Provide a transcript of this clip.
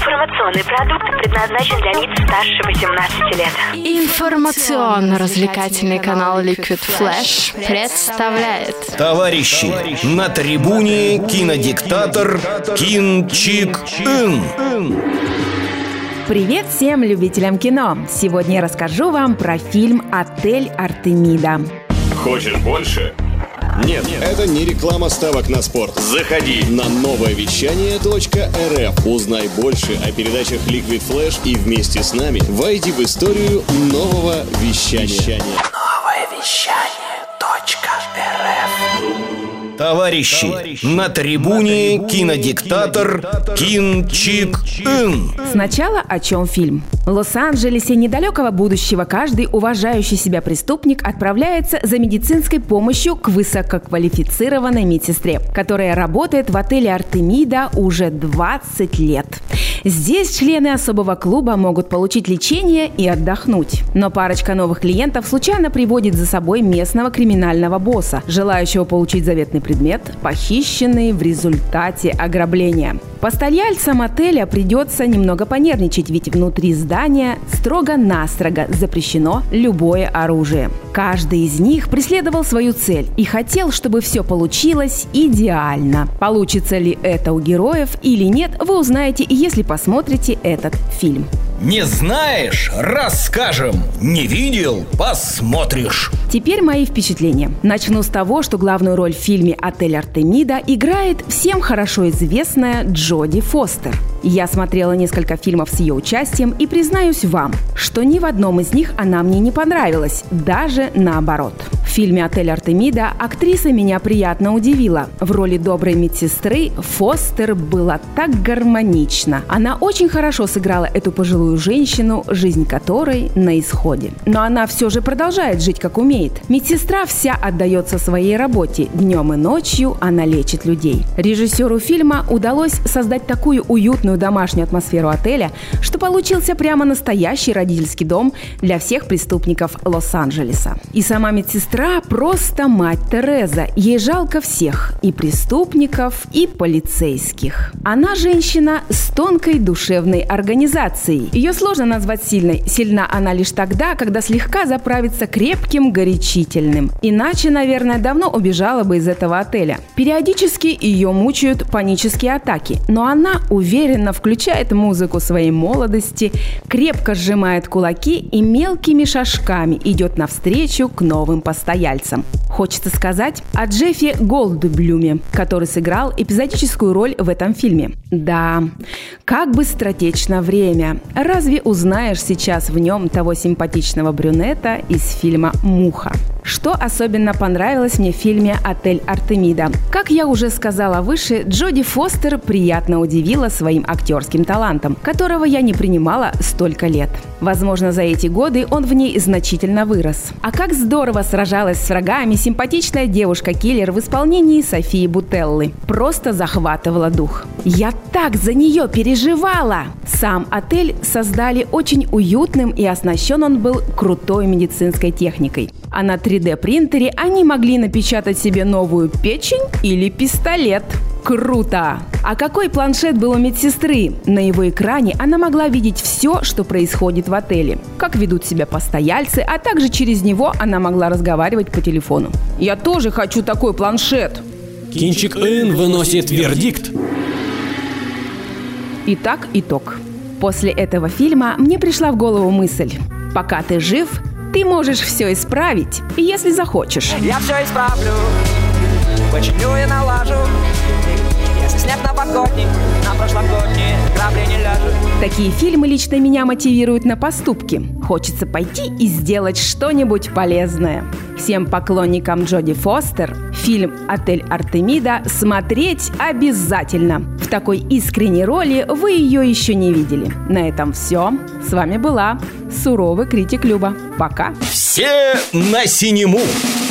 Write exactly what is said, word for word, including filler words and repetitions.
Информационный продукт предназначен для лиц старше восемнадцати лет. Информационно-развлекательный канал Liquid Flash представляет: товарищи, на трибуне кинодиктатор Кин Чик Ын. Привет всем любителям кино! Сегодня я расскажу вам про фильм «Отель Артемида». Хочешь больше? Нет, это не реклама ставок на спорт. Заходи на новое вещание точка эр эф. Узнай больше о передачах Liquid Flash и вместе с нами войди в историю нового вещания. Новое вещание точка эр эф. Товарищи, на трибуне кинодиктатор Кин Чик Ын. Сначала о чем фильм? В Лос-Анджелесе недалекого будущего каждый уважающий себя преступник отправляется за медицинской помощью к высококвалифицированной медсестре, которая работает в отеле Артемида уже двадцать лет. Здесь члены особого клуба могут получить лечение и отдохнуть. Но парочка новых клиентов случайно приводит за собой местного криминального босса, желающего получить заветный предмет, похищенный в результате ограбления. Постояльцам отеля придется немного понервничать, ведь внутри здания строго-настрого запрещено любое оружие. Каждый из них преследовал свою цель и хотел, чтобы все получилось идеально. Получится ли это у героев или нет, вы узнаете, если посмотрите этот фильм. Не знаешь? Расскажем. Не видел? Посмотришь. Теперь мои впечатления. Начну с того, что главную роль в фильме «Отель Артемида» играет всем хорошо известная Джоди Фостер. Я смотрела несколько фильмов с ее участием и признаюсь вам, что ни в одном из них она мне не понравилась, даже наоборот. В фильме «Отель Артемида» актриса меня приятно удивила. В роли доброй медсестры Фостер была так гармонична. Она очень хорошо сыграла эту пожилую женщину, жизнь которой на исходе. Но она все же продолжает жить как умеет. Медсестра вся отдается своей работе. Днем и ночью она лечит людей. Режиссеру фильма удалось создать такую уютную домашнюю атмосферу отеля, что получился прямо настоящий родительский дом для всех преступников Лос-Анджелеса. И сама медсестра просто мать Тереза. Ей жалко всех, и преступников, и полицейских. Она женщина с тонкой душевной организацией. Ее сложно назвать сильной. Сильна она лишь тогда, когда слегка заправится крепким горячительным. Иначе, наверное, давно убежала бы из этого отеля. Периодически ее мучают панические атаки, но она уверенно включает музыку своей молодости, крепко сжимает кулаки и мелкими шажками идет навстречу к новым постояльцам. Хочется сказать о Джеффе Голдблюме, который сыграл эпизодическую роль в этом фильме. Да, как быстротечно время. Разве узнаешь сейчас в нем того симпатичного брюнета из фильма «Муха»? Что особенно понравилось мне в фильме «Отель Артемида»? Как я уже сказала выше, Джоди Фостер приятно удивила своим актерским талантом, которого я не принимала столько лет. Возможно, за эти годы он в ней значительно вырос. А как здорово сражалась с врагами симпатичная девушка-киллер в исполнении Софии Бутеллы. Просто захватывала дух. Я так за нее переживала! Сам отель создали очень уютным, и оснащен он был крутой медицинской техникой. А на три дэ принтере они могли напечатать себе новую печень или пистолет. Круто! А какой планшет был у медсестры? На его экране она могла видеть все, что происходит в отеле. Как ведут себя постояльцы, а также через него она могла разговаривать по телефону. Я тоже хочу такой планшет! Кин Чик Ын выносит вердикт. Итак, итог. После этого фильма мне пришла в голову мысль: пока ты жив, ты можешь все исправить, если захочешь. Я все исправлю, починю и налажу. Если снег на подготник, на прошлогодние грабли не ляжут. Такие фильмы лично меня мотивируют на поступки. Хочется пойти и сделать что-нибудь полезное. Всем поклонникам Джоди Фостер фильм «Отель Артемида» смотреть обязательно. В такой искренней роли вы ее еще не видели. На этом все. С вами была суровый критик Люба. Пока. Все на синему.